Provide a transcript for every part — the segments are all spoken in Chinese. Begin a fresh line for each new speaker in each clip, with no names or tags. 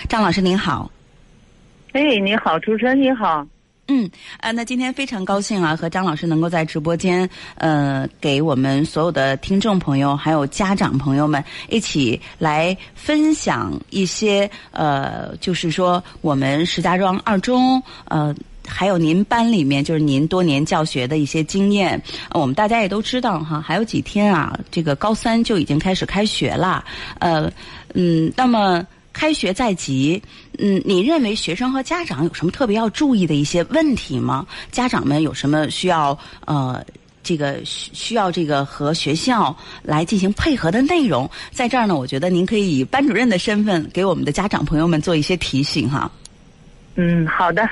张老师您好。
哎，你好，主持人你好。
那今天非常高兴啊，和张老师能够在直播间，给我们所有的听众朋友还有家长朋友们一起来分享一些就是说我们石家庄二中还有您班里面就是您多年教学的一些经验。我们大家也都知道哈，还有几天啊，这个高三就已经开始开学了。那么开学在即，你认为学生和家长有什么特别要注意的一些问题吗？家长们有什么需要需要这个和学校来进行配合的内容？在这儿呢，我觉得您可以以班主任的身份给我们的家长朋友们做一些提醒哈。
好的，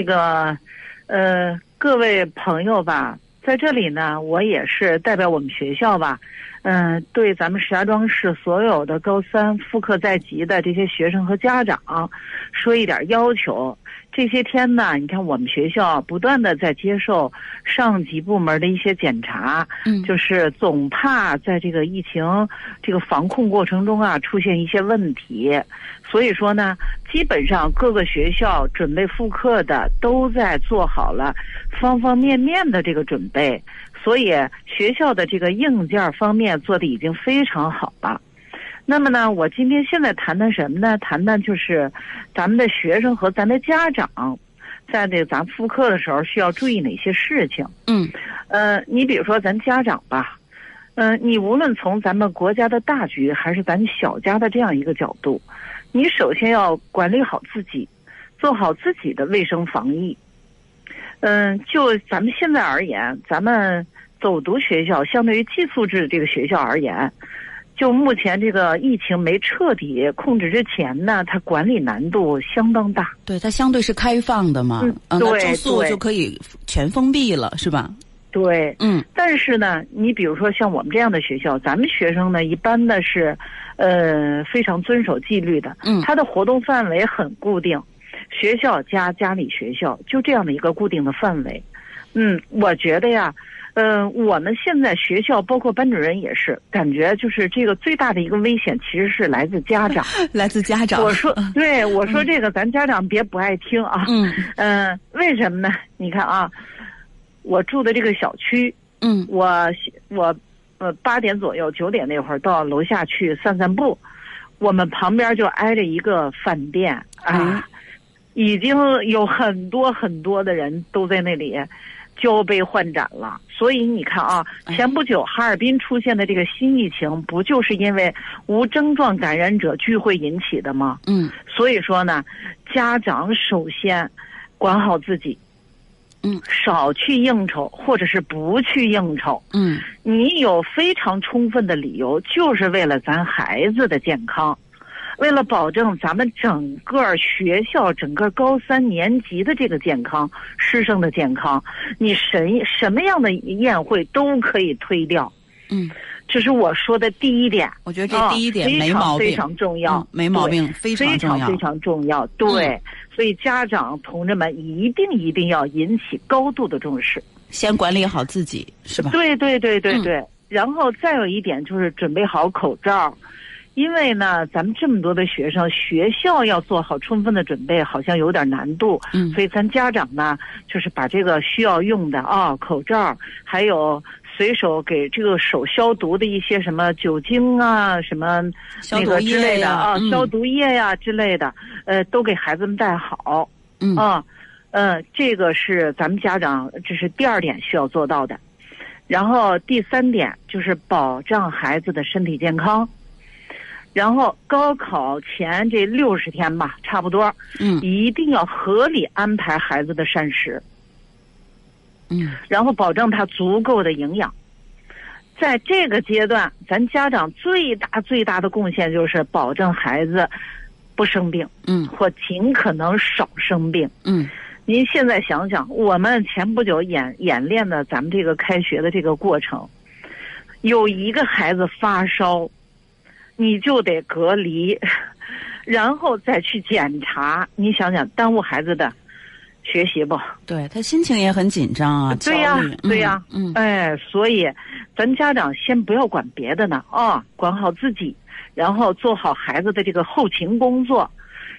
各位朋友吧，在这里呢，我也是代表我们学校吧。对咱们石家庄市所有的高三复课在即的这些学生和家长说一点要求。这些天呢，你看我们学校不断的在接受上级部门的一些检查，就是总怕在这个疫情这个防控过程中啊出现一些问题，所以说呢，基本上各个学校准备复课的都在做好了方方面面的这个准备，所以学校的这个硬件方面做的已经非常好了。那么呢，我今天现在谈谈什么呢？谈谈就是咱们的学生和咱的家长在这个咱复课的时候需要注意哪些事情。你比如说咱家长吧，你无论从咱们国家的大局还是咱小家的这样一个角度，你首先要管理好自己，做好自己的卫生防疫。就咱们现在而言，咱们走读学校相对于寄宿制这个学校而言，就目前这个疫情没彻底控制之前呢，它管理难度相当大。
对，它相对是开放的嘛，那住宿就可以全封闭了，是吧？
对，但是呢，你比如说像我们这样的学校，咱们学生呢一般的是，非常遵守纪律的，它的活动范围很固定，学校加家里学校就这样的一个固定的范围。我觉得呀。我们现在学校包括班主任也是感觉就是这个最大的一个危险其实是来自家长。
来自家长。
我说这个咱家长别不爱听啊。为什么呢？你看啊，我住的这个小区，我8点左右9点那会儿到楼下去散散步，我们旁边就挨着一个饭店啊，已经有很多很多的人都在那里交杯换盏了。所以你看啊，前不久哈尔滨出现的这个新疫情，不就是因为无症状感染者聚会引起的吗？所以说呢，家长首先管好自己，少去应酬，或者是不去应酬。你有非常充分的理由，就是为了咱孩子的健康。为了保证咱们整个学校整个高3年级的这个健康，师生的健康，你什么样的宴会都可以推掉。这是我说的第一点。我觉得这第一点没毛病，非常重要，没毛病，非常重要，非常重要。对，所以家长同志们一定要引起高度的重视，
先管理好自己，是吧？
对。然后再有一点就是准备好口罩。因为呢，咱们这么多的学生，学校要做好充分的准备，好像有点难度。所以咱家长呢，就是把这个需要用的口罩，还有随手给这个手消毒的一些什么酒精啊，什么那个之类的消毒液呀之类的，都给孩子们带好。这个是咱们家长，这是第2点需要做到的。然后第3点就是保障孩子的身体健康。然后高考前这60天吧，差不多，一定要合理安排孩子的膳食，然后保证他足够的营养。在这个阶段，咱家长最大的贡献就是保证孩子不生病，或尽可能少生病。您现在想想，我们前不久演练的咱们这个开学的这个过程，有一个孩子发烧，你就得隔离，然后再去检查。你想想，耽误孩子的学习不？对，他心情也很紧张啊。对呀，所以咱家长先不要管别的呢，管好自己，然后做好孩子的这个后勤工作。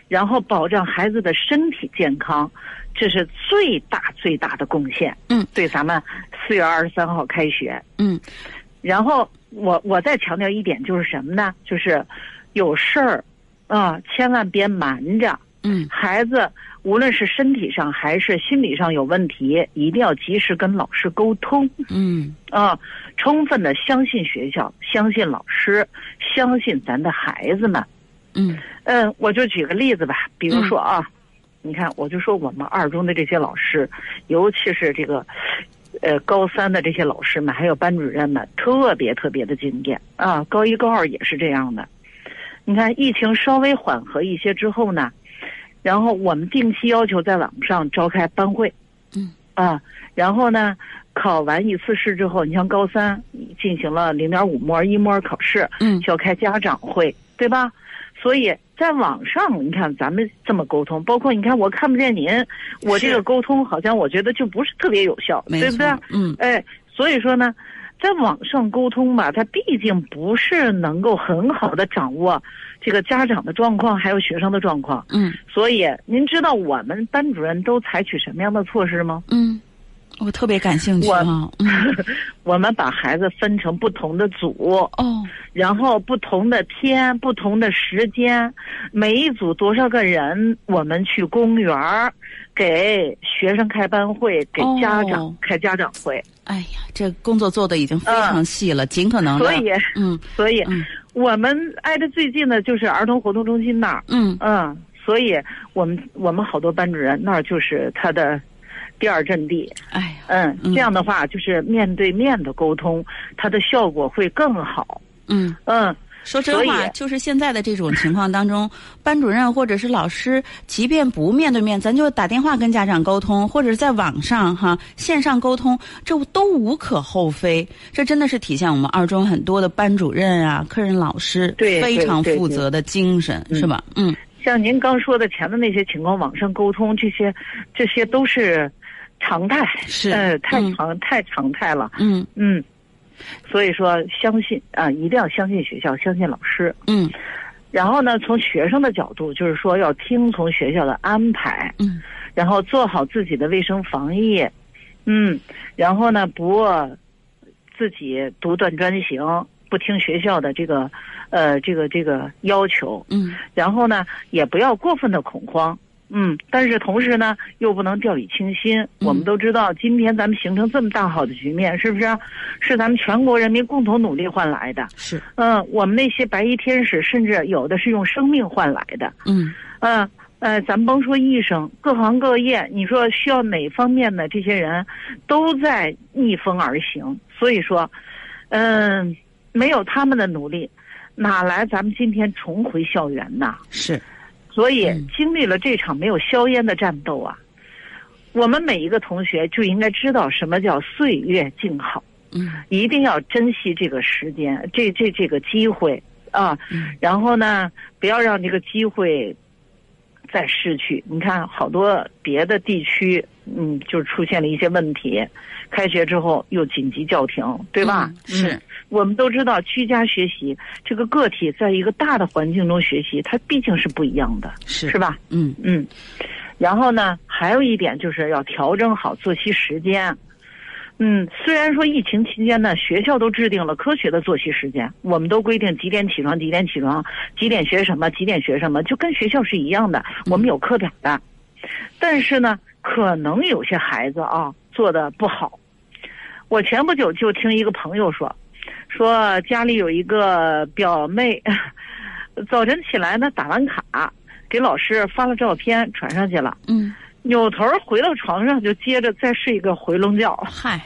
然后保障孩子的身体健康，这是最大的贡献。对咱们4月23号开学。然后我再强调一点，就是什么呢？就是有事儿千万别瞒着。孩子无论是身体上还是心理上有问题，一定要及时跟老师沟通。充分的相信学校，相信老师，相信咱的孩子们。我就举个例子吧，比如说你看，我就说我们二中的这些老师，尤其是这个高3的这些老师们，还有班主任们，特别的敬业高1高2也是这样的。你看疫情稍微缓和一些之后呢，然后我们定期要求在网上召开班会。然后呢考完1次试之后，你像高3进行了0.5模1模考试，就要开家长会，对吧？所以在网上你看咱们这么沟通，包括你看我看不见您，我这个沟通好像我觉得就不是特别有效，对不对？所以说呢，在网上沟通吧，它毕竟不是能够很好的掌握这个家长的状况还有学生的状况。所以您知道我们班主任都采取什么样的措施吗？
我特别感兴趣
我们把孩子分成不同的组，然后不同的天、不同的时间，每一组多少个人，我们去公园给学生开班会，给家长开家长会。
哎呀，这工作做的已经非常细了，尽可能的。
所以我们挨着最近的就是儿童活动中心那儿。所以我们好多班主任那儿就是他的第二阵地。这样的话就是面对面的沟通，它的效果会更好。
说真话，就是现在的这种情况当中，班主任或者是老师，即便不面对面，咱就打电话跟家长沟通，或者是在网上线上沟通，这都无可厚非。这真的是体现我们二中很多的班主任科任老师非常负责的精神，是吧？
像您刚说的前的那些情况，网上沟通这些都是常态，太常态了。所以说相信一定要相信学校，相信老师。然后呢，从学生的角度，就是说要听从学校的安排。然后做好自己的卫生防疫。然后呢，不自己独断专行，不听学校的这个要求。然后呢，也不要过分的恐慌。但是同时呢，又不能掉以轻心。我们都知道，今天咱们形成这么大好的局面，是不是？是咱们全国人民共同努力换来的。
是。
我们那些白衣天使，甚至有的是用生命换来的。咱们甭说医生，各行各业，你说需要哪方面的这些人，都在逆风而行。所以说，没有他们的努力，哪来咱们今天重回校园呢？
是。
所以经历了这场没有硝烟的战斗我们每一个同学就应该知道什么叫岁月静好。一定要珍惜这个时间，这个机会然后呢，不要让这个机会再失去。你看好多别的地区就出现了一些问题，开学之后又紧急叫停，对吧？
是。
我们都知道居家学习，这个个体在一个大的环境中学习，它毕竟是不一样的，是吧？然后呢，还有一点就是要调整好作息时间。虽然说疫情期间呢，学校都制定了科学的作息时间，我们都规定几点起床，几点学什么，几点学什么，就跟学校是一样的，我们有课表的。但是呢，可能有些孩子做得不好。我前不久就听一个朋友说家里有一个表妹，早晨起来呢，打完卡给老师发了照片传上去了，扭头回到床上就接着再睡一个回笼觉。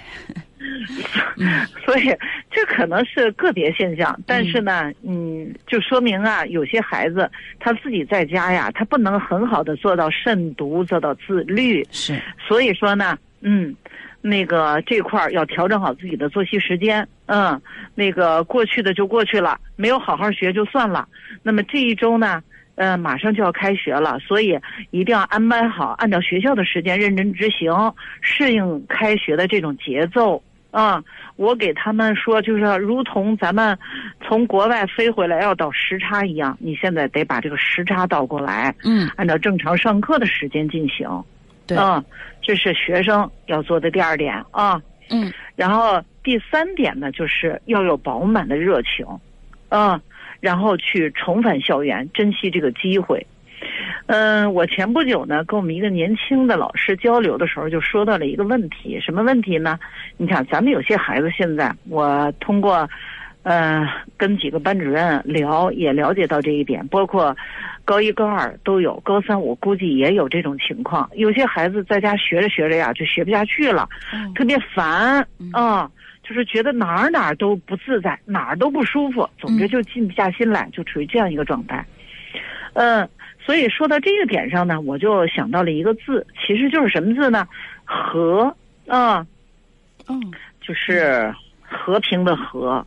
所以这可能是个别现象，但是呢就说明有些孩子他自己在家他不能很好的做到慎独，做到自律。
是。
所以说呢那个这块要调整好自己的作息时间。那个过去的就过去了，没有好好学就算了。那么这一周呢马上就要开学了，所以一定要安排好，按照学校的时间认真执行，适应开学的这种节奏。 我给他们说，就是如同咱们从国外飞回来要倒时差一样，你现在得把这个时差倒过来，按照正常上课的时间进行。
对，
这是学生要做的第2点啊。然后第3点呢，就是要有饱满的热情，然后去重返校园，珍惜这个机会。我前不久呢，跟我们一个年轻的老师交流的时候，就说到了一个问题，什么问题呢？你看，咱们有些孩子现在，我通过跟几个班主任聊，也了解到这一点，包括高1、高2都有，高3我估计也有这种情况。有些孩子在家学着学着呀，就学不下去了，特别烦就是觉得哪儿都不自在，哪儿都不舒服，总之就静不下心来，就处于这样一个状态。所以说到这个点上呢，我就想到了一个字，其实就是什么字呢？和就是和平的和。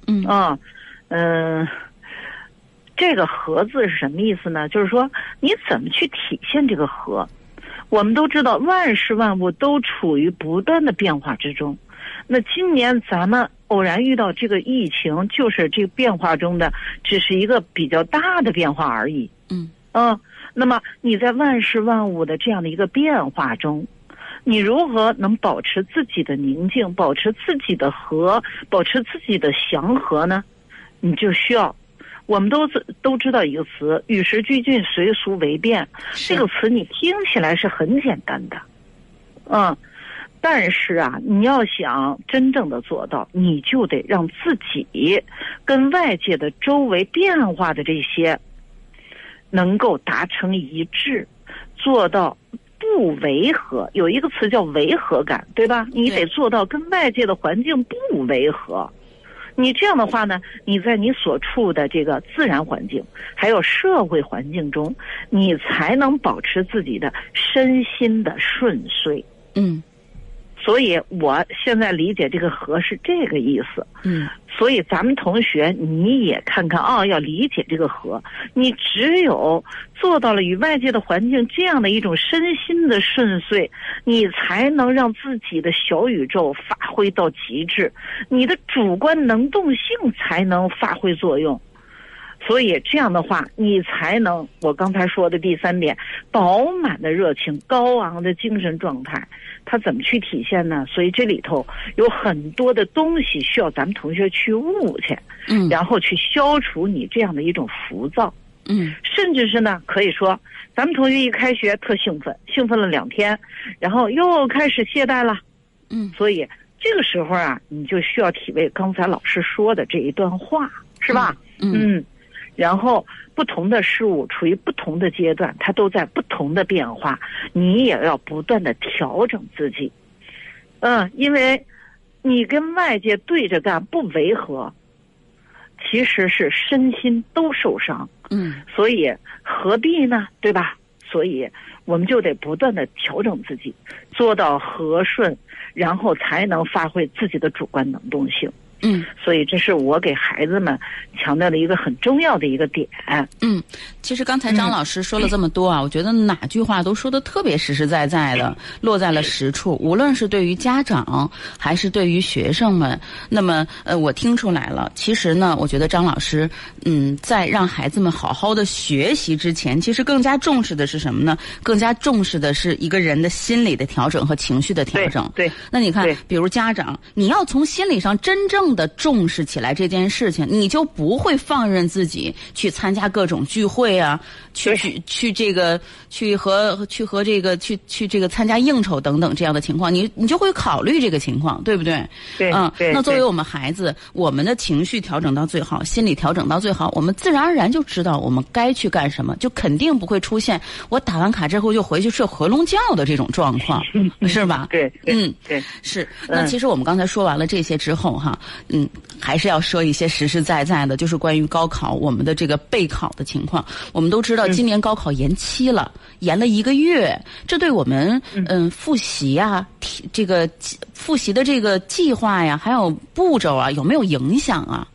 这个和字是什么意思呢？就是说你怎么去体现这个和。我们都知道万事万物都处于不断的变化之中，那今年咱们偶然遇到这个疫情，就是这个变化中的只是一个比较大的变化而已。那么你在万事万物的这样的一个变化中，你如何能保持自己的宁静，保持自己的和，保持自己的祥和呢？你就需要，我们都知道一个词，与时俱进，随俗为变。这个词你听起来是很简单的，但是啊，你要想真正的做到，你就得让自己跟外界的周围变化的这些能够达成一致，做到不违和。有一个词叫违和感，对吧？你得做到跟外界的环境不违和。你这样的话呢，你在你所处的这个自然环境还有社会环境中，你才能保持自己的身心的顺遂。所以我现在理解这个和是这个意思。所以咱们同学你也看看要理解这个和，你只有做到了与外界的环境这样的一种身心的顺遂，你才能让自己的小宇宙发挥到极致，你的主观能动性才能发挥作用。所以这样的话，你才能我刚才说的第3点，饱满的热情，高昂的精神状态，它怎么去体现呢？所以这里头有很多的东西需要咱们同学去悟去，然后去消除你这样的一种浮躁，甚至是呢，可以说咱们同学一开学特兴奋了2天，然后又开始懈怠了，所以这个时候啊，你就需要体味刚才老师说的这一段话，是吧？然后不同的事物处于不同的阶段，它都在不同的变化，你也要不断的调整自己。因为你跟外界对着干不违和，其实是身心都受伤。所以何必呢？对吧？所以我们就得不断的调整自己，做到和顺，然后才能发挥自己的主观能动性。所以这是我给孩子们强调的一个很重要的一个点。
其实刚才张老师说了这么多啊，我觉得哪句话都说的特别实实在在的，落在了实处。无论是对于家长还是对于学生们，那么我听出来了。其实呢，我觉得张老师在让孩子们好好的学习之前，其实更加重视的是什么呢？更加重视的是一个人的心理的调整和情绪的调整。
对，
那你看，比如家长，你要从心理上真正的重视起来这件事情，你就不会放任自己去参加各种聚会啊，去这个去这个参加应酬等等这样的情况，你就会考虑这个情况，对不对？
对，
那作为我们孩子，我们的情绪调整到最好，心理调整到最好，我们自然而然就知道我们该去干什么，就肯定不会出现我打完卡之后就回去睡回笼觉的这种状况，是吧？
对，
是。那其实我们刚才说完了这些之后哈，还是要说一些实实在在的，就是关于高考我们的这个备考的情况。我们都知道今年高考延期了，延了1个月，这对我们复习啊，这个复习的这个计划呀，还有步骤啊，有没有影响啊？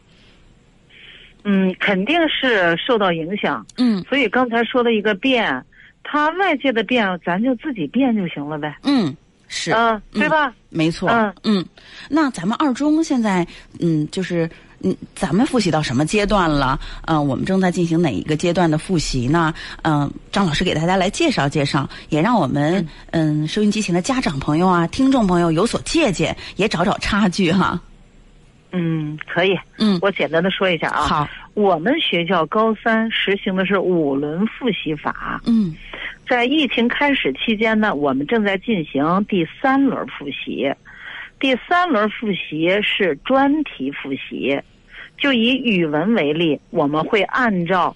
肯定是受到影响。所以刚才说的一个变，它外界的变，咱就自己变就行了呗。
是，
对吧？
没错，那咱们二中现在，就是咱们复习到什么阶段了？我们正在进行哪一个阶段的复习呢？张老师给大家来介绍介绍，也让我们收音机前的家长朋友啊、听众朋友有所借鉴，也找找差距哈。
可以。我简单的说一下啊。
好，
我们学校高三实行的是5轮复习法。在疫情开始期间呢，我们正在进行第3轮复习。第3轮复习是专题复习，就以语文为例，我们会按照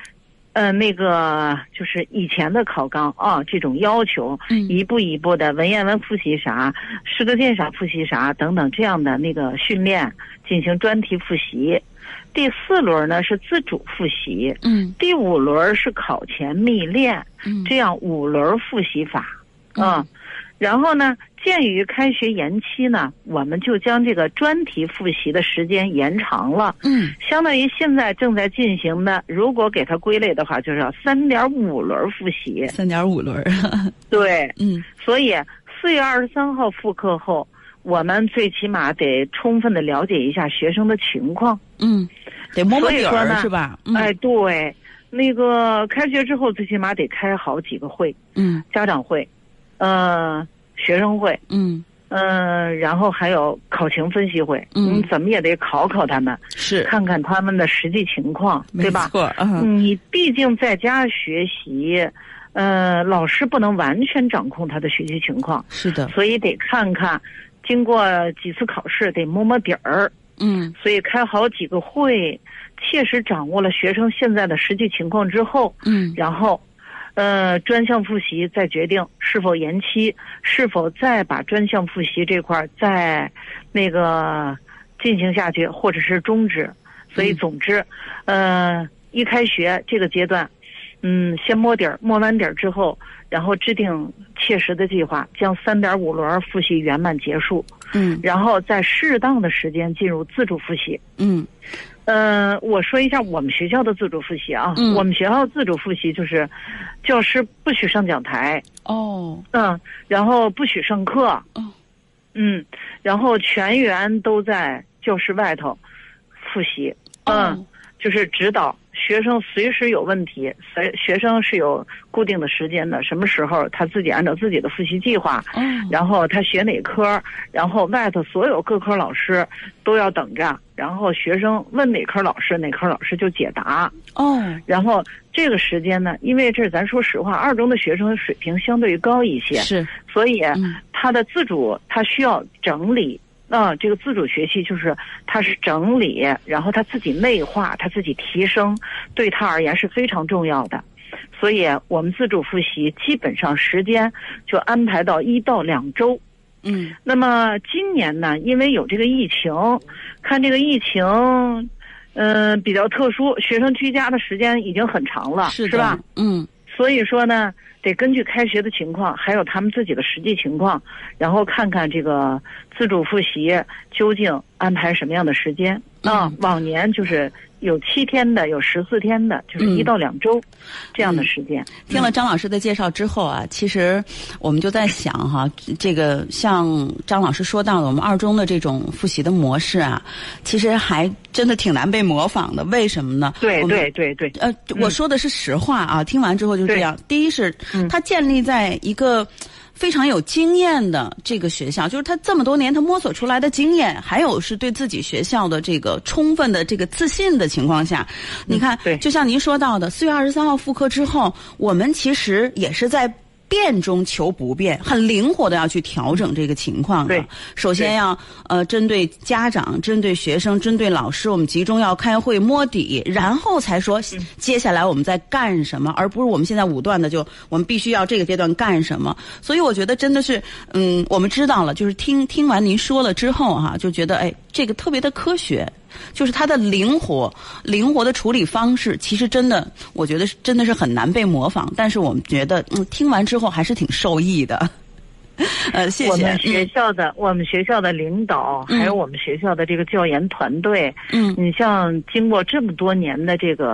就是以前的考纲啊，这种要求，一步一步的文言文复习啥，诗歌鉴赏复习啥等等这样的那个训练进行专题复习。第4轮呢是自主复习，第5轮是考前密练，这样5轮复习法。然后呢，鉴于开学延期呢，我们就将这个专题复习的时间延长了。相当于现在正在进行的，如果给它归类的话，就是3.5轮复习。
3.5轮。
对，所以4月23号复课后，我们最起码得充分的了解一下学生的情况。
得摸摸底儿是吧？
对，那个开学之后最起码得开好几个会，家长会，学生会，然后还有考情分析会，怎么也得考考他们，
是
看看他们的实际情况，对吧？
没错，
你毕竟在家学习，老师不能完全掌控他的学习情况，
是的，
所以得看看，经过几次考试得摸摸底儿，所以开好几个会，切实掌握了学生现在的实际情况之后，然后专项复习再决定是否延期，是否再把专项复习这块再那个进行下去，或者是终止。所以总之，一开学这个阶段，先摸底儿，摸完底儿之后，然后制定切实的计划，将3.5轮复习圆满结束。然后在适当的时间进入自主复习。我说一下我们学校的自主复习啊。我们学校自主复习就是教师不许上讲台。然后不许上课。然后全员都在教室外头复习。就是指导学生随时有问题，学生是有固定的时间的，什么时候他自己按照自己的复习计划，然后他学哪科，然后外头所有各科老师都要等着，然后学生问哪科老师，哪科老师就解答。然后这个时间呢，因为这咱说实话，二中的学生水平相对于高一些，
是，
所以他的自主他需要整理。这个自主学习就是他是整理，然后他自己内化，他自己提升，对他而言是非常重要的。所以我们自主复习基本上时间就安排到1到2周。那么今年呢，因为有这个疫情，看这个疫情比较特殊，学生居家的时间已经很长了，是吧？所以说呢，得根据开学的情况，还有他们自己的实际情况，然后看看这个自主复习究竟安排什么样的时间。往年就是有7天的，有14天的，就是1到2周这样的时间。
听了张老师的介绍之后啊，其实我们就在想哈，这个像张老师说到的，我们二中的这种复习的模式啊，其实还真的挺难被模仿的。为什么呢？
对。
我说的是实话啊，听完之后就这样。第一是它建立在一个非常有经验的这个学校，就是他这么多年他摸索出来的经验，还有是对自己学校的这个充分的这个自信的情况下，你看，就像您说到的，4月23号复课之后，我们其实也是在变中求不变，很灵活的要去调整这个情况。
对，
首先要针对家长、针对学生、针对老师，我们集中要开会摸底，然后才说接下来我们在干什么，而不是我们现在武断的就我们必须要这个阶段干什么。所以我觉得真的是，我们知道了，就是听完您说了之后哈，就觉得这个特别的科学。就是它的灵活的处理方式，其实真的，我觉得真的是很难被模仿。但是我们觉得，听完之后还是挺受益的。谢谢。
我们学校的领导，还有我们学校的这个教研团队，你像经过这么多年的这个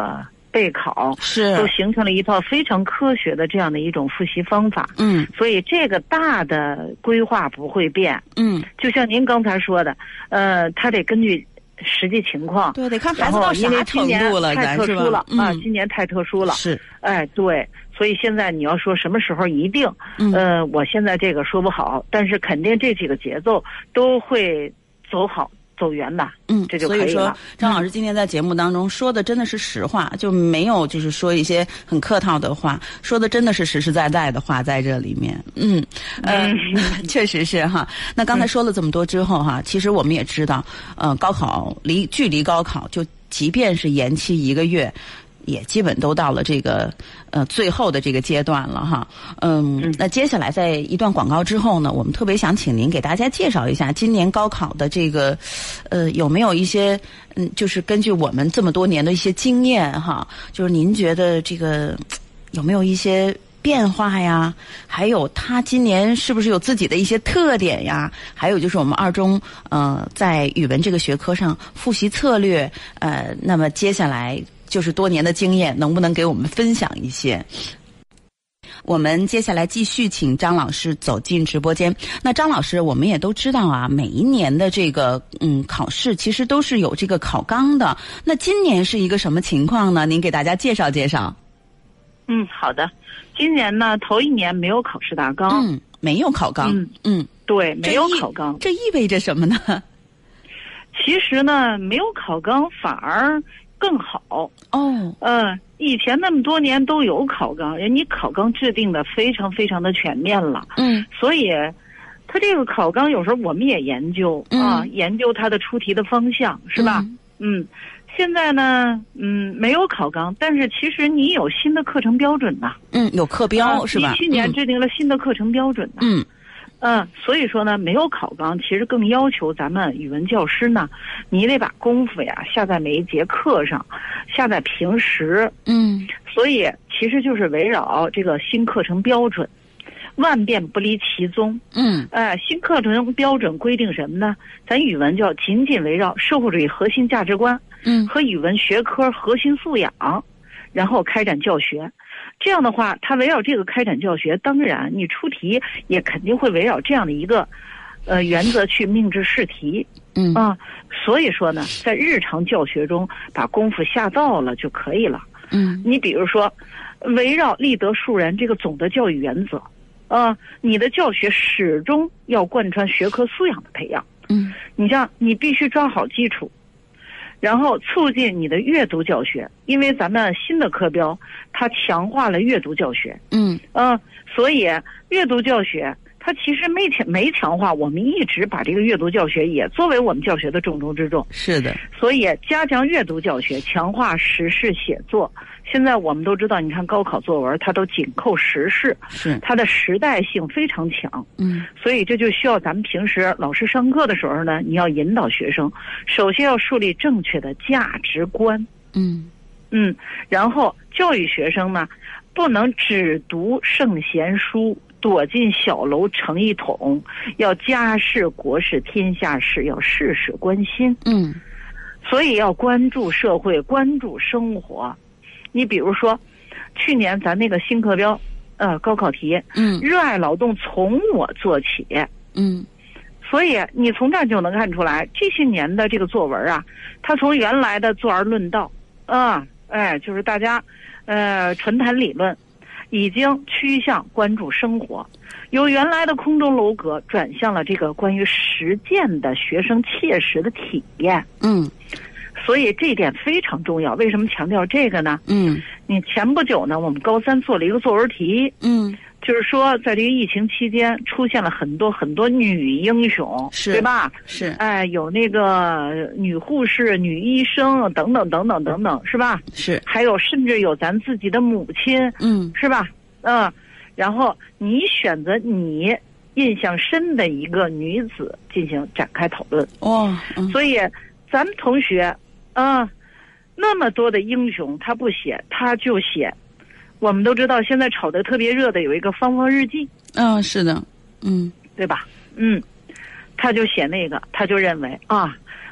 备考，
是
都形成了一套非常科学的这样的一种复习方法。所以这个大的规划不会变。就像您刚才说的，他得根据实际情况，
对，得看孩子到啥程度了，
太特殊了啊！今年太特殊了，
是，
对，所以现在你要说什么时候一定，我现在这个说不好，但是肯定这几个节奏都会走好。走圆的，这就可以了。
所以说，张老师今天在节目当中说的真的是实话，就没有就是说一些很客套的话，说的真的是实实在在的话在这里面。确实是哈。那刚才说了这么多之后哈，其实我们也知道，高考距离高考就即便是延期1个月。也基本都到了这个最后的这个阶段了哈。那接下来在一段广告之后呢，我们特别想请您给大家介绍一下今年高考的这个有没有一些就是根据我们这么多年的一些经验哈，就是您觉得这个有没有一些变化呀？还有他今年是不是有自己的一些特点呀？还有就是我们二中在语文这个学科上复习策略那么接下来就是多年的经验，能不能给我们分享一些？我们接下来继续请张老师走进直播间。那张老师，我们也都知道啊，每一年的这个考试其实都是有这个考纲的。那今年是一个什么情况呢？您给大家介绍介绍。
好的。今年呢，头一年没有考试大纲。
没有考纲。
对，没有考纲。
这意味着什么呢？
其实呢，没有考纲反而更好。以前那么多年都有考纲，人家考纲制定的非常非常的全面了。所以他这个考纲有时候我们也研究研究它的出题的方向，是吧？现在呢，没有考纲，但是其实你有新的课程标准呐。有课标是吧？17年制定了新的课程标准呐。所以说呢，没有考纲，其实更要求咱们语文教师呢，你得把功夫呀下在每一节课上，下在平时。所以其实就是围绕这个新课程标准，万变不离其宗。新课程标准规定什么呢？咱语文就要紧紧围绕社会主义核心价值观，和语文学科核心素养，然后开展教学。这样的话，它围绕这个开展教学，当然你出题也肯定会围绕这样的一个原则去命制试题。所以说呢，在日常教学中把功夫下到了就可以了。你比如说，围绕立德树人这个总的教育原则，你的教学始终要贯穿学科素养的培养。你像你必须抓好基础，然后促进你的阅读教学，因为咱们新的课标它强化了阅读教学。所以阅读教学它其实没强化，我们一直把这个阅读教学也作为我们教学的重中之重。是的，所以加强阅读教学，强化时事写作。现在我们都知道，你看高考作文它都紧扣时事，它的时代性非常强。所以这就需要咱们平时老师上课的时候呢，你要引导学生，首先要树立正确的价值观。然后教育学生呢，不能只读圣贤书，躲进小楼成一统，要家事国事天下事，要事事关心。所以要关注社会，关注生活。你比如说，去年咱那个新课标，高考题，热爱劳动从我做起。所以你从这儿就能看出来，这些年的这个作文啊，它从原来的坐而论道，就是大家纯谈理论，已经趋向关注生活，由原来的空中楼阁转向了这个关于实践的学生切实的体验。所以这一点非常重要。为什么强调这个呢？你前不久呢，我们高三做了一个作文题，就是说在这个疫情期间出现了很多很多女英雄，对吧？有那个女护士、女医生等等等等等等，是吧？还有甚至有咱自己的母亲，是吧？然后你选择你印象深的一个女子进行展开讨论。所以咱们同学那么多的英雄，他不写，他就写。我们都知道，现在炒得特别热的有一个芳芳日记。是的，对吧？他就写那个，他就认为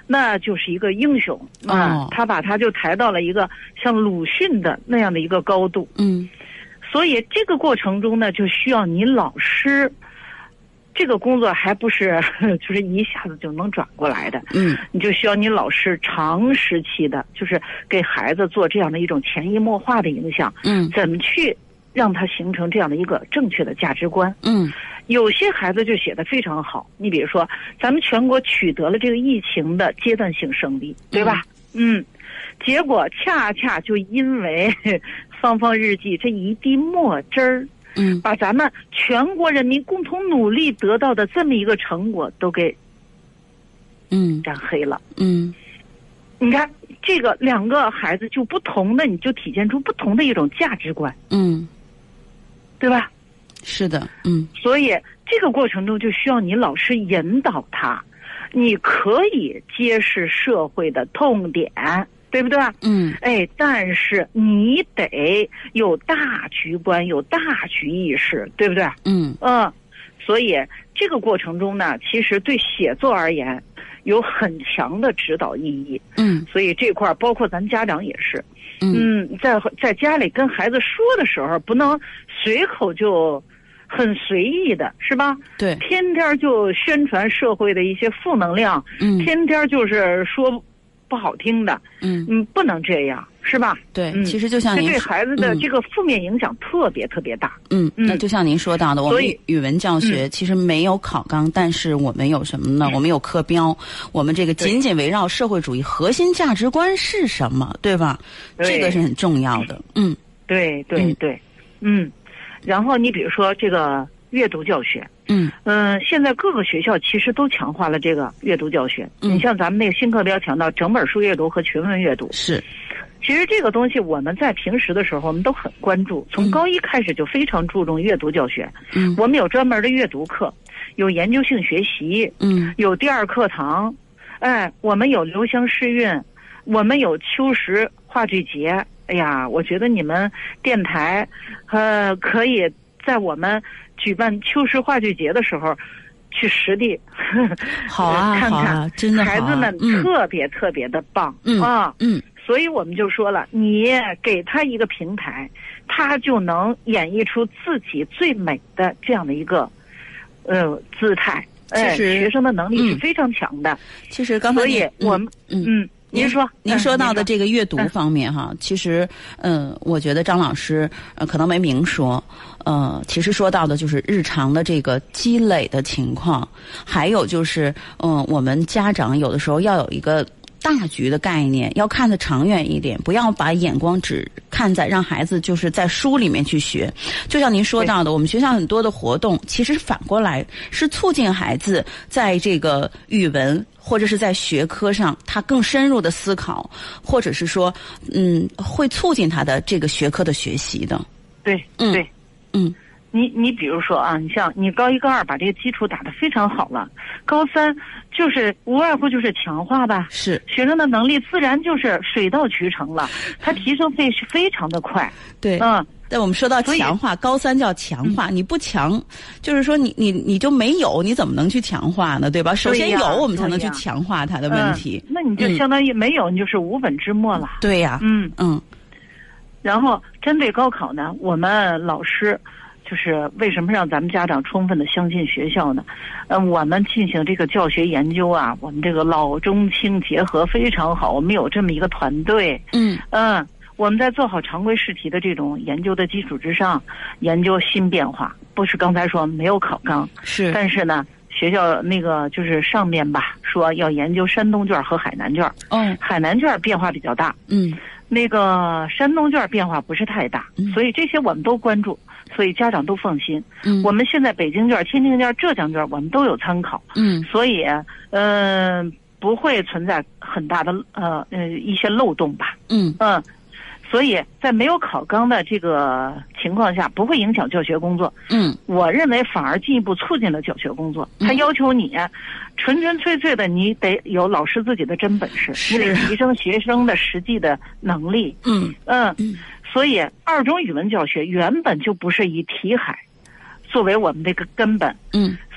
那就是一个英雄啊，他把他就抬到了一个像鲁迅的那样的一个高度。所以这个过程中呢，就需要你老师，这个工作还不是就是一下子就能转过来的。你就需要你老师长时期的，就是给孩子做这样的一种潜移默化的影响。怎么去让他形成这样的一个正确的价值观。有些孩子就写得非常好，你比如说咱们全国取得了这个疫情的阶段性胜利，对吧？结果恰恰就因为芳芳日记这一滴墨汁儿，把咱们全国人民共同努力得到的这么一个成果都给染黑了。你看这个两个孩子就不同的，你就体现出不同的一种价值观。对吧？
是的。
所以这个过程中就需要你老师引导他，你可以揭示社会的痛点，对不对？但是你得有大局观，有大局意识，对不对？所以这个过程中呢，其实对写作而言有很强的指导意义。所以这块包括咱家长也是。在家里跟孩子说的时候，不能随口就很随意的，是吧？
对，
天天就宣传社会的一些负能量，天天就是说不好听的，不能这样，是吧？
对，其实就像您
对孩子的这个负面影响特别特别大。
那就像您说到的，我们语文教学其实没有考纲，但是我们有什么呢？我们有课标，我们这个紧紧围绕社会主义核心价值观是什么，对吧？这个是很重要的。
对。然后你比如说这个阅读教学。现在各个学校其实都强化了这个阅读教学。你像咱们那个新课标强调整本书阅读和群文阅读。
是。
其实这个东西我们在平时的时候我们都很关注，从高一开始就非常注重阅读教学。我们有专门的阅读课，有研究性学习，有第二课堂，我们有留香诗韵，我们有秋实话剧节。哎呀，我觉得你们电台可以在我们举办秋实话剧节的时候去实地
好啊
看看，
好啊，真的好啊，
孩子们特别特别的棒。所以我们就说了，你给他一个平台，他就能演绎出自己最美的这样的一个姿态。
其实
学生的能力是非常强的。
其实刚才
所以我们您
说到的这个阅读方面哈，其实我觉得张老师可能没明说，其实说到的就是日常的这个积累的情况，还有就是我们家长有的时候要有一个大局的概念，要看得长远一点，不要把眼光只看在让孩子就是在书里面去学。就像您说到的，我们学校很多的活动其实反过来是促进孩子在这个语文或者是在学科上他更深入的思考，或者是说会促进他的这个学科的学习的。
对。你比如说啊，你像你高一高二把这个基础打得非常好了，高三就是无外乎就是强化吧，是学生的能力自然就是水到渠成了，他提升非常的快。
对，但我们说到强化，高三叫强化，你不强，就是说你就没有，你怎么能去强化呢？对吧？首先有，我们才能去强化它的问题。
那你就相当于没有，你就是无本之末了。
对呀。
然后针对高考呢，我们老师就是为什么让咱们家长充分的相信学校呢？我们进行这个教学研究啊，我们这个老中青结合非常好，我们有这么一个团队。我们在做好常规试题的这种研究的基础之上，研究新变化。不是刚才说没有考纲，是，但是呢，学校那个就是上面吧，说要研究山东卷和海南卷。海南卷变化比较大。那个山东卷变化不是太大，所以这些我们都关注，所以家长都放心。我们现在北京卷、天津卷、浙江卷我们都有参考。所以不会存在很大的一些漏洞吧。所以在没有考纲的这个情况下，不会影响教学工作。我认为反而进一步促进了教学工作。他要求你纯纯粹粹的，你得有老师自己的真本事，你得提升学生的实际的能力。所以二中语文教学原本就不是以题海作为我们这个根本。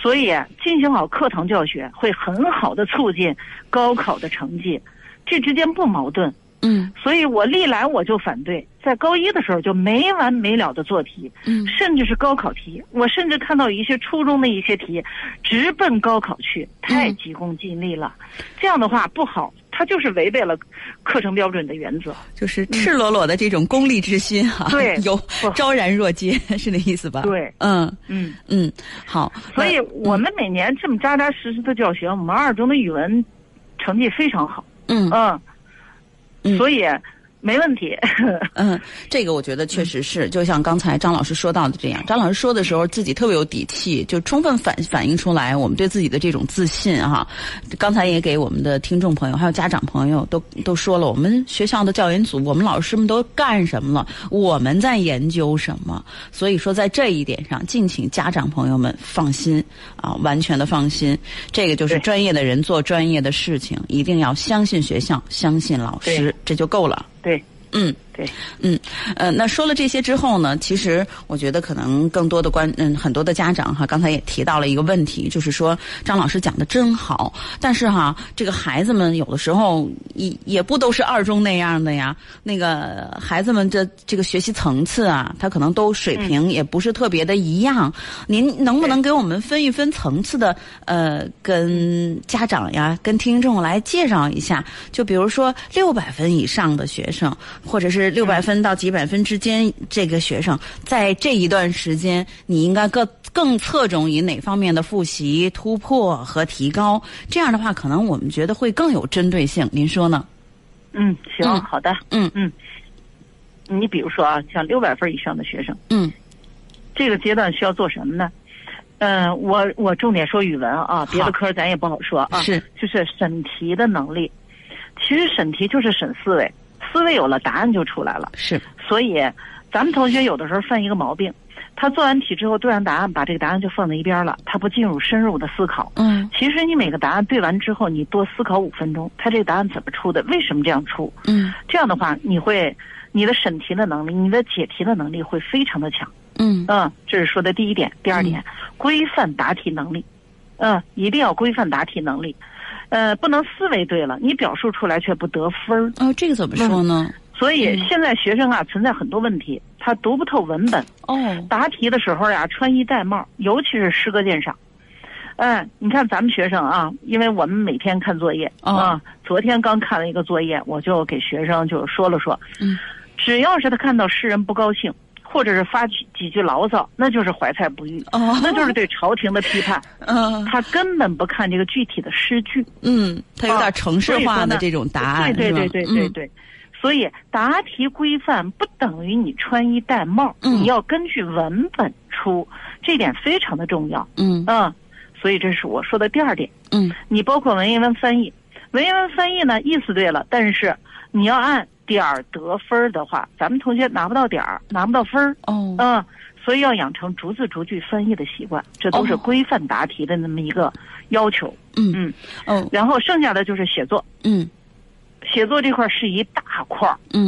所以进行好课堂教学会很好的促进高考的成绩，这之间不矛盾。所以我历来我就反对在高一的时候就没完没了的做题，甚至是高考题，我甚至看到一些初中的一些题直奔高考去，太急功近利了，这样的话不好，它就是违背了课程标准的原则，
就是赤裸裸的这种功利之心哈，
对，
有昭然若揭，是那意思吧？
对，
好，
所以我们每年这么扎扎实实的教学，我们二中的语文成绩非常好，所以没问题。
这个我觉得确实是，就像刚才张老师说到的这样，张老师说的时候自己特别有底气，就充分反映出来我们对自己的这种自信哈。刚才也给我们的听众朋友还有家长朋友都说了，我们学校的教研组，我们老师们都干什么了，我们在研究什么。所以说在这一点上，敬请家长朋友们放心啊，完全的放心。这个就是专业的人做专业的事情，一定要相信学校，相信老师，这就够了。
对。那
说了这些之后呢，其实我觉得可能更多的很多的家长哈，刚才也提到了一个问题，就是说张老师讲的真好，但是哈，这个孩子们有的时候也不都是二中那样的呀，那个孩子们的这个学习层次啊，他可能都水平也不是特别的一样。您能不能给我们分一分层次的跟家长呀跟听众来介绍一下，就比如说600分以上的学生，或者是600分到几百分之间，这个学生在这一段时间，你应该更侧重于哪方面的复习、突破和提高？这样的话，可能我们觉得会更有针对性。您说呢？
行，好的。你比如说啊，像600分以上的学生，这个阶段需要做什么呢？我重点说语文啊，别的科咱也不好说啊。就是审题的能力。其实审题就是审思维。思维有了，答案就出来了。所以咱们同学有的时候犯一个毛病，他做完题之后对完答案，把这个答案就放在一边了，他不进入深入的思考。其实你每个答案对完之后，你多思考5分钟，他这个答案怎么出的，为什么这样出？这样的话，你的审题的能力，你的解题的能力会非常的强。这是说的第一点。第二点，规范答题能力。一定要规范答题能力。不能思维对了，你表述出来却不得分。
这个怎么说呢？
所以现在学生啊存在很多问题，他读不透文本。答题的时候呀，穿衣戴帽，尤其是诗歌鉴赏。你看咱们学生啊，因为我们每天看作业昨天刚看了一个作业，我就给学生就说了说，只要是他看到诗人不高兴，或者是发几句牢骚，那就是怀才不遇，那就是对朝廷的批判。他根本不看这个具体的诗句。
他有点程式化的这种答案。
对。所以答题规范不等于你穿衣戴帽，你要根据文本出，这点非常的重要。所以这是我说的第二点。你包括文言文翻译，文言文翻译呢意思对了，但是你要按点儿得分的话，咱们同学拿不到点儿，拿不到分。所以要养成逐字逐句翻译的习惯，这都是规范答题的那么一个要求。然后剩下的就是写作。写作这块是一大块。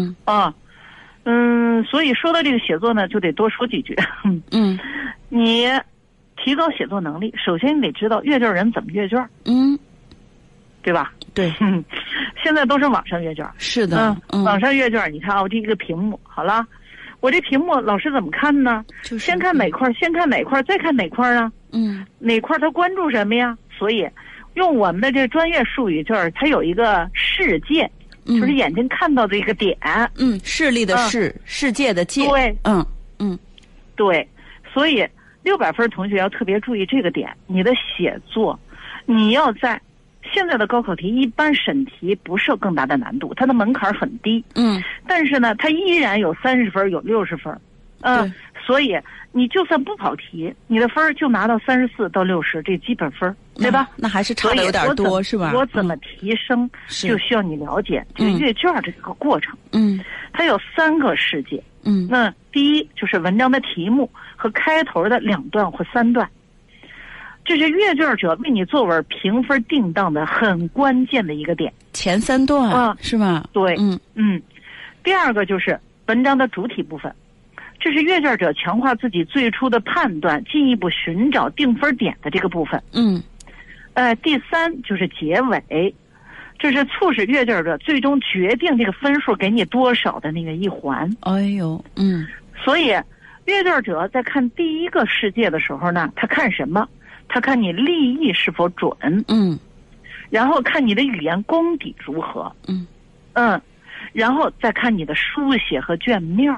所以说到这个写作呢，就得多说几句。你提高写作能力，首先你得知道阅卷人怎么阅卷。对吧？
对。
现在都是网上阅卷。
是的。
网上阅卷，你看我这个屏幕好了，我这屏幕老师怎么看呢？先看哪块，先看哪块，再看哪块啊？哪块他关注什么呀？所以用我们的这专业术语，就是它有一个视界，就是眼睛看到的一个点。
视力的视，世界的界。
对。对。所以600分同学要特别注意这个点，你的写作，你要在现在的高考题一般审题不设更大的难度，它的门槛很低。但是呢，它依然有30分，有60分。所以你就算不跑题，你的分就拿到34到60这基本分，对吧？
那还是差的有点多，是吧？
我怎么提升，就需要你了解这个阅卷这个过程。它有3个世界。那第一就是文章的题目和开头的2段或3段，这是阅卷者为你作文评分定档的很关键的一个点。
前3段是吧？
对。第二个就是文章的主体部分， 这是阅卷者强化自己最初的判断，进一步寻找定分点的这个部分。第三就是结尾，这是促使阅卷者最终决定这个分数给你多少的那个一环。所以阅卷者在看第一个世界的时候呢，他看什么？他看你立意是否准，然后看你的语言功底如何，然后再看你的书写和卷面，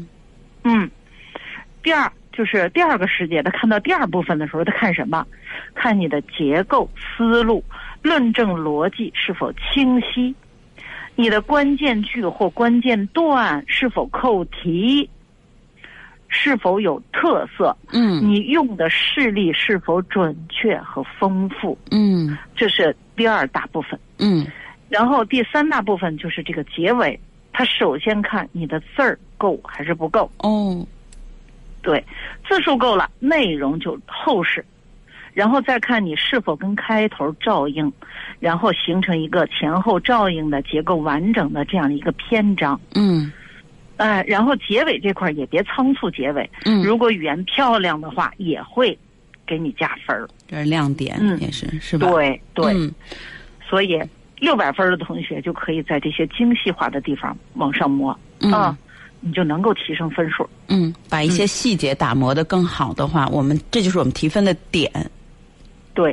第二就是第二个世界，他看到第二部分的时候，他看什么？看你的结构、思路、论证逻辑是否清晰，你的关键句或关键段是否扣题，是否有特色，你用的事例是否准确和丰富，这是第二大部分，然后第三大部分就是这个结尾，他首先看你的字儿够还是不够。对，字数够了，内容就厚实，然后再看你是否跟开头照应，然后形成一个前后照应的结构完整的这样一个篇章。然后结尾这块也别仓促结尾，如果语言漂亮的话，也会给你加分。
这是亮点，也是吧？
对，所以600分的同学就可以在这些精细化的地方往上磨你就能够提升分数。
把一些细节打磨得更好的话，这就是我们提分的点。对，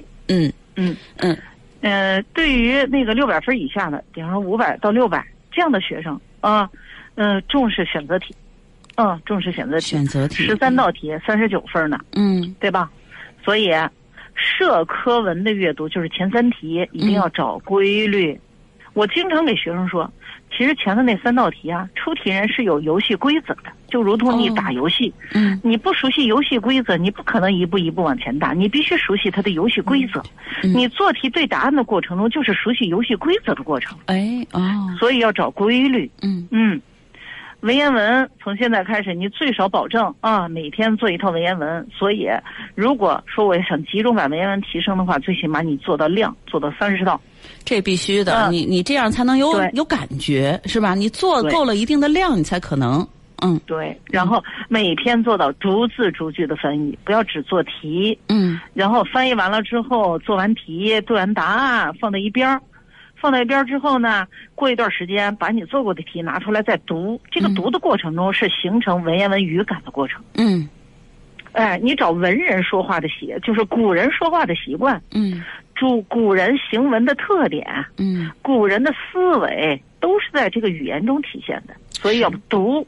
对于那个600分以下的，比方说500到600这样的学生重视选择题，重视选择题，13道题39分呢，对吧？所以社科文的阅读就是前3题一定要找规律。我经常给学生说，其实前的那3道题啊，出题人是有游戏规则的，就如同你打游戏，你不熟悉游戏规则，你不可能一步一步往前打，你必须熟悉它的游戏规则。你做题对答案的过程中，就是熟悉游戏规则的过程。所以要找规律。文言文从现在开始，你最少保证每天做一套文言文。所以，如果说我想集中把文言文提升的话，最起码你做到量，做到30道。 这必须的，你这样才能有感觉，是吧？你做够了一定的量，你才可能。
对。然后每天做到逐字逐句的翻译，不要只做题。然后翻译完了之后，做完题、对完答案放在一边。放在一边之后呢，过一段时间把你做过的题拿出来再读。这个读的过程中是形成文言文语感的过程。你找文人说话的就是古人说话的习惯。古人行文的特点。古人的思维都是在这个语言中体现的，所以要读。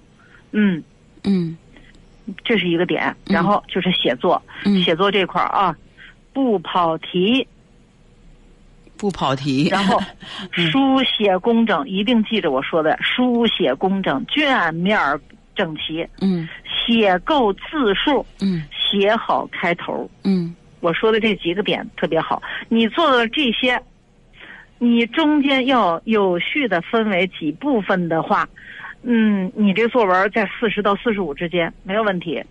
这是一个点。然后就是写作，写作这块不跑题。然后书写工整，一定记着我说的，书写工整，卷面整齐，写够字数，写好开头。我说的这几个点特别好，你做的这些，你中间要有序的分为几部分的话，你这作文在40到45之间没有问题。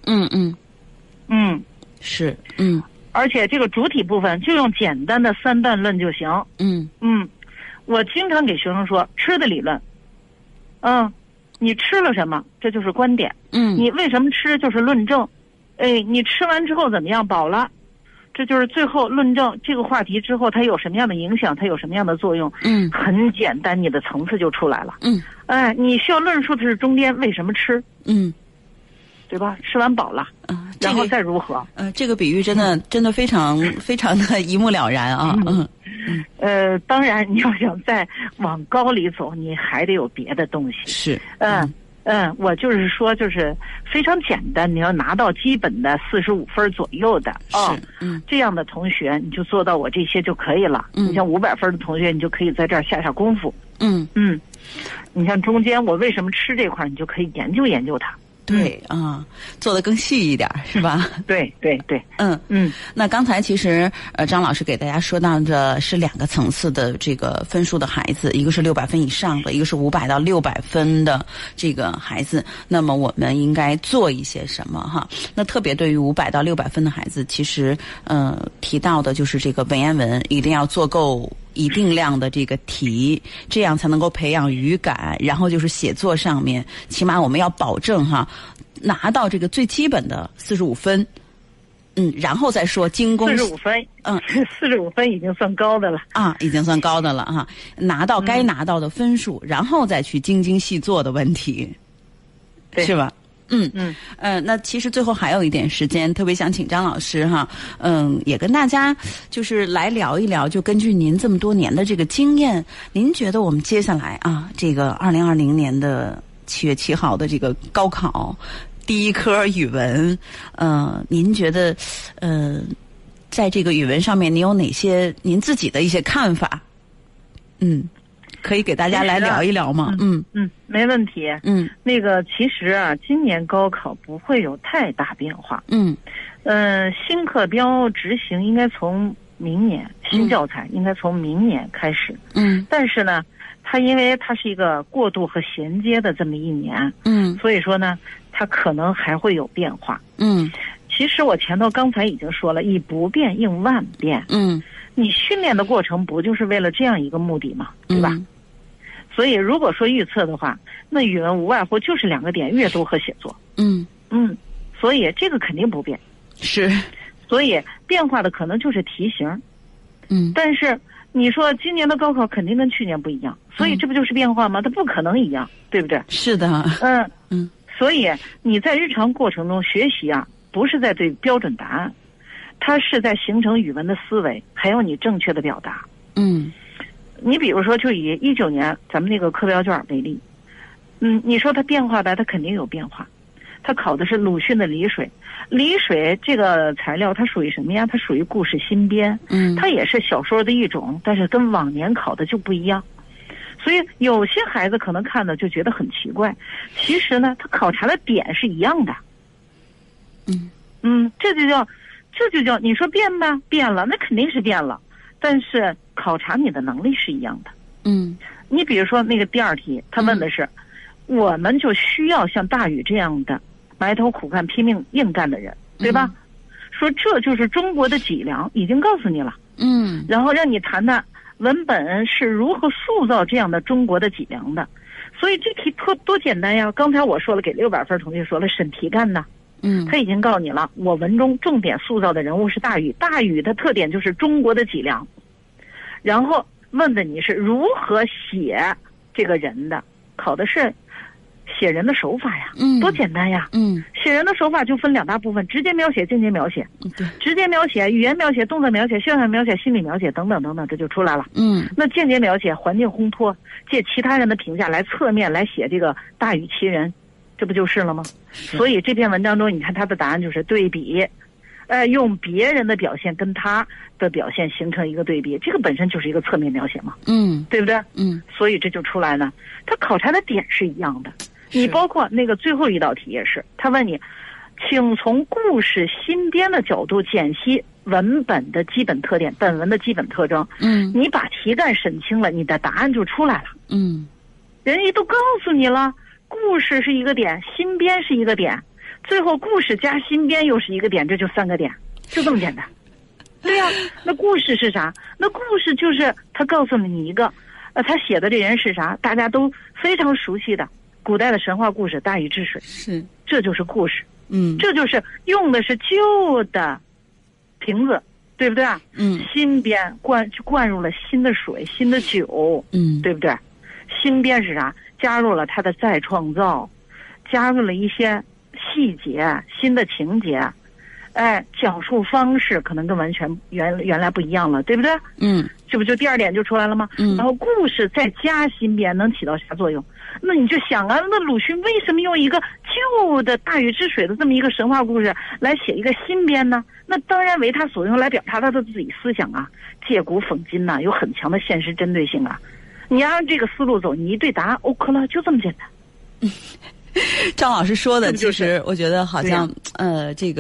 是。
而且这个主体部分就用简单的3段论就行。我经常给学生说，吃的理论，你吃了什么，这就是观点。你为什么吃，就是论证。你吃完之后怎么样，饱了，这就是最后论证这个话题之后它有什么样的影响，它有什么样的作用。很简单，你的层次就出来了。你需要论述的是中间为什么吃。对吧？吃完饱了，然后再如何？
这个比喻真的非常非常的一目了然啊。
当然你要想再往高里走，你还得有别的东西。
是。
我就是说，就是非常简单，你要拿到基本的45分左右的这样的同学，你就做到我这些就可以了。你像500分的同学，你就可以在这儿下功夫。你像中间我为什么吃这块，你就可以研究研究它。
对做得更细一点，是吧？
对。
那刚才其实张老师给大家说到的是2个层次的这个分数的孩子，一个是600分以上的，一个是500到600分的这个孩子。那么我们应该做一些什么哈？那特别对于500到600分的孩子，其实提到的就是这个文言文一定要做够一定量的这个题，这样才能够培养语感。然后就是写作上面，起码我们要保证拿到这个最基本的45分，然后再说精工。
45分，45分已经算高的了
啊，已经算高的了哈。拿到该拿到的分数，然后再去精精细做的问题，是吧？那其实最后还有一点时间，特别想请张老师哈，也跟大家就是来聊一聊，就根据您这么多年的这个经验，您觉得我们接下来啊，这个2020年的7月7号的这个高考第一科语文，您觉得在这个语文上面，您有哪些您自己的一些看法？可以给大家来聊一聊吗？
没问题。那个其实啊，今年高考不会有太大变化。新课标执行应该从明年，新教材应该从明年开始。但是呢，它因为它是一个过渡和衔接的这么一年，所以说呢，它可能还会有变化。其实我前头刚才已经说了，以不变应万变。你训练的过程不就是为了这样一个目的吗？对吧？所以如果说预测的话，那语文无外乎就是2个点：阅读和写作。所以这个肯定不变。
是。
所以变化的可能就是题型。但是你说今年的高考肯定跟去年不一样，所以这不就是变化吗？它不可能一样，对不对？
是的。
所以你在日常过程中学习啊，不是在对标准答案，它是在形成语文的思维，还有你正确的表达。你比如说，就以19年咱们那个课标卷为例，你说它变化吧，它肯定有变化。它考的是鲁迅的《离水》，《离水》这个材料它属于什么呀？它属于故事新编，它也是小说的一种，但是跟往年考的就不一样。所以有些孩子可能看的就觉得很奇怪，其实呢，它考察的点是一样的。这就叫你说变吧，变了，那肯定是变了。但是考察你的能力是一样的。你比如说那个第2题，他问的是，我们就需要像大禹这样的埋头苦干、拼命硬干的人，对吧？说这就是中国的脊梁，已经告诉你了。然后让你谈谈文本是如何塑造这样的中国的脊梁的。所以这题多简单呀！刚才我说了，给600分同学说了审题干呢。他已经告诉你了，我文中重点塑造的人物是大禹，大禹的特点就是中国的脊梁。然后问的你是如何写这个人的，考的是写人的手法呀。多简单呀。写人的手法就分2大部分：直接描写、间接描写。直接描写、语言描写、动作描写、现象描写、心理描写等等等等，这就出来了。那间接描写，环境烘托，借其他人的评价来侧面来写这个大禹其人，这不就是了吗？所以这篇文章中，你看他的答案就是对比，用别人的表现跟他的表现形成一个对比，这个本身就是一个侧面描写嘛。对不对？所以这就出来呢，他考察的点是一样的。你包括那个最后一道题也是，他问你，请从故事新编的角度解析文本的基本特点，本文的基本特征。你把题干审清了，你的答案就出来了。人家都告诉你了，故事是一个点，新编是一个点，最后故事加新编又是一个点，这就3个点，就这么简单。对呀，那故事是啥？那故事就是他告诉了你一个，他写的这人是啥？大家都非常熟悉的古代的神话故事大禹治水，这就是故事。这就是用的是旧的瓶子，对不对啊？新编灌入了新的水、新的酒，对不对？新编是啥？加入了它的再创造，加入了一些细节、新的情节，讲述方式可能跟完全原来不一样了，对不对？这不就第2点就出来了吗？然后故事再加新编能起到啥作用？那你就想啊，那鲁迅为什么用一个旧的大禹治水的这么一个神话故事来写一个新编呢？那当然为他所用，来表达他的自己思想啊，借古讽今呐，有很强的现实针对性啊。你按这个思路走，你一对答案 OK 了，就这么简单。
张老师说的，其实我觉得好像这个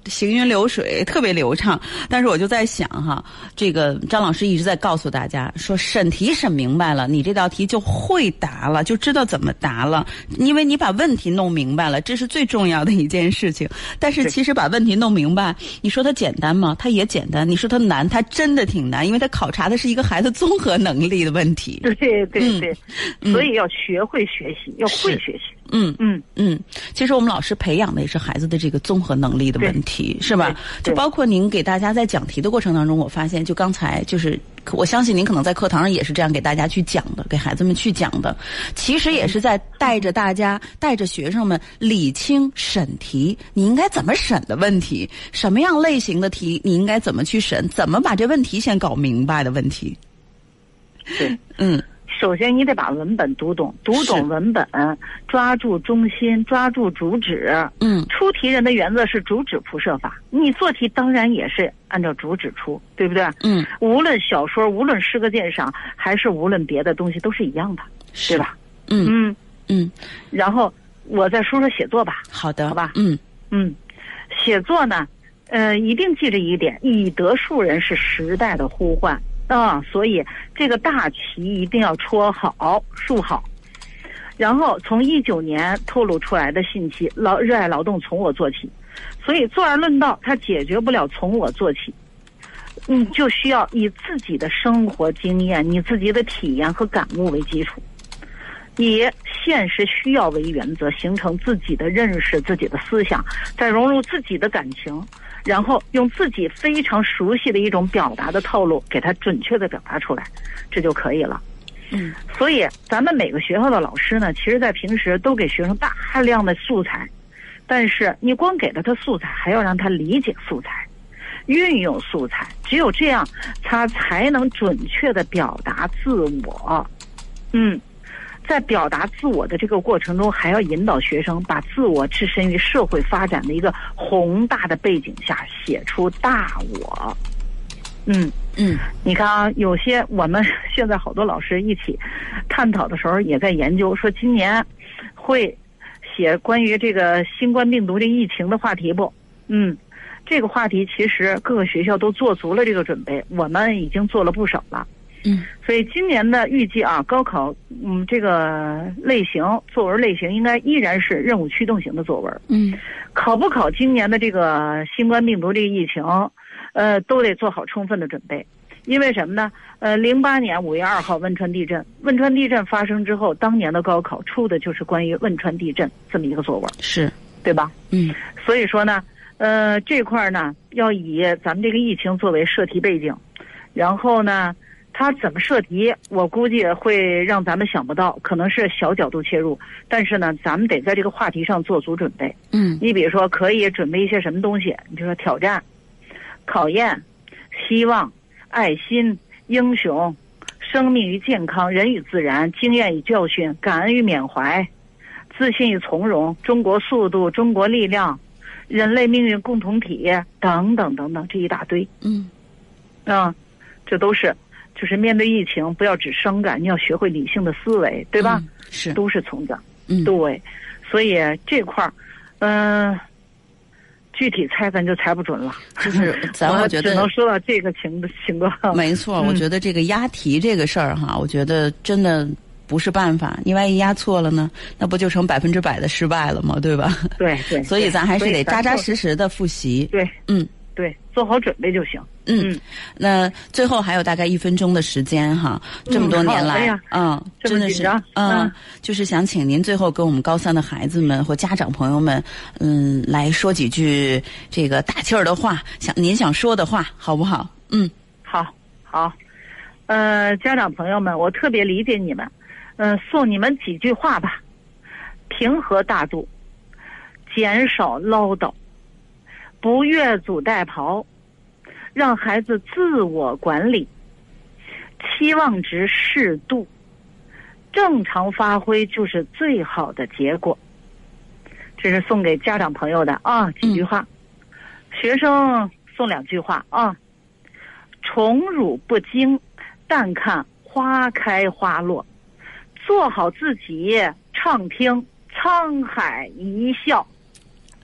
行云流水，特别流畅。但是我就在想哈，这个张老师一直在告诉大家说，审题审明白了，你这道题就会答了，就知道怎么答了，因为你把问题弄明白了，这是最重要的一件事情。但是其实把问题弄明白，你说它简单吗？它也简单。你说它难，它真的挺难，因为它考察的是一个孩子综合能力的问题。
对对对，所以要学会学习，要会学习。
其实我们老师培养的也是孩子的这个综合能力的问题，是吧？就包括您给大家在讲题的过程当中，我发现就刚才就是我相信您可能在课堂上也是这样给大家去讲的，给孩子们去讲的，其实也是在带着大家带着学生们理清审题你应该怎么审的问题，什么样类型的题你应该怎么去审，怎么把这问题先搞明白的问题。
对，首先你得把文本读懂，读懂文本，抓住中心，抓住主旨。出题人的原则是主旨铺设法，你做题当然也是按照主旨出，对不对？无论小说，无论诗歌鉴赏，还是无论别的东西，都是一样的，对吧？然后我再说说写作吧。好的，好吧。写作呢，一定记着一点，以德树人是时代的呼唤。所以这个大旗一定要戳好、竖好。然后从19年透露出来的信息，热爱劳动从我做起。所以坐而论道，它解决不了从我做起。你就需要以自己的生活经验、你自己的体验和感悟为基础，以现实需要为原则，形成自己的认识、自己的思想，再融入自己的感情。然后用自己非常熟悉的一种表达的套路，给它准确的表达出来，这就可以了。所以咱们每个学校的老师呢，其实在平时都给学生大量的素材，但是你光给了他素材，还要让他理解素材，运用素材，只有这样，他才能准确的表达自我。在表达自我的这个过程中，还要引导学生把自我置身于社会发展的一个宏大的背景下，写出大我。你看啊，有些我们现在好多老师一起探讨的时候，也在研究说，今年会写关于这个新冠病毒这疫情的话题不？这个话题其实各个学校都做足了这个准备，我们已经做了不少了。所以今年的预计啊，高考这个类型作文类型应该依然是任务驱动型的作文。考不考今年的这个新冠病毒这个疫情，都得做好充分的准备。因为什么呢？08年5月2号汶川地震，汶川地震发生之后，当年的高考出的就是关于汶川地震这么一个作文，是对吧？所以说呢，这块呢要以咱们这个疫情作为设题背景，然后呢。他怎么设题，我估计会让咱们想不到，可能是小角度切入，但是呢，咱们得在这个话题上做足准备。你比如说可以准备一些什么东西，你比如说挑战、考验、希望、爱心、英雄、生命与健康、人与自然、经验与教训、感恩与缅怀、自信与从容、中国速度、中国力量、人类命运共同体等等等等，这一大堆。这都是。就是面对疫情，不要只伤感，你要学会理性的思维，对吧？都是从这。对，所以这块儿，具体猜咱就猜不准了。就是我觉得只能说到这个情况。没错，我觉得这个押题这个事儿哈，我觉得真的不是办法。你万一押错了呢，那不就成100%的失败了吗？对吧？对。所以咱还是得扎扎实实的复习。对，对，做好准备就行。那最后还有大概1分钟的时间哈，这么多年来，真的是，就是想请您最后跟我们高3的孩子们或家长朋友们，来说几句这个大气儿的话，您想说的话，好不好？好，家长朋友们，我特别理解你们，送你们几句话吧：平和大度，减少唠叨，不越俎代庖。让孩子自我管理，期望值适度，正常发挥就是最好的结果。这是送给家长朋友的几句话。学生送2句话宠辱不惊，但看花开花落，做好自己，畅听沧海一笑。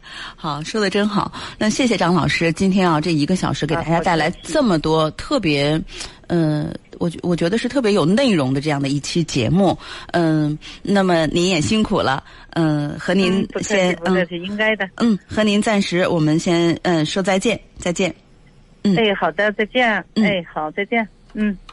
好，说的真好。那谢谢张老师，今天这1个小时给大家带来这么多特别，我觉得是特别有内容的这样的一期节目。那么您也辛苦了，和您先
不客气，应该的。
和您暂时我们先说再见，再见。
哎，好的，再见。哎，好，再见。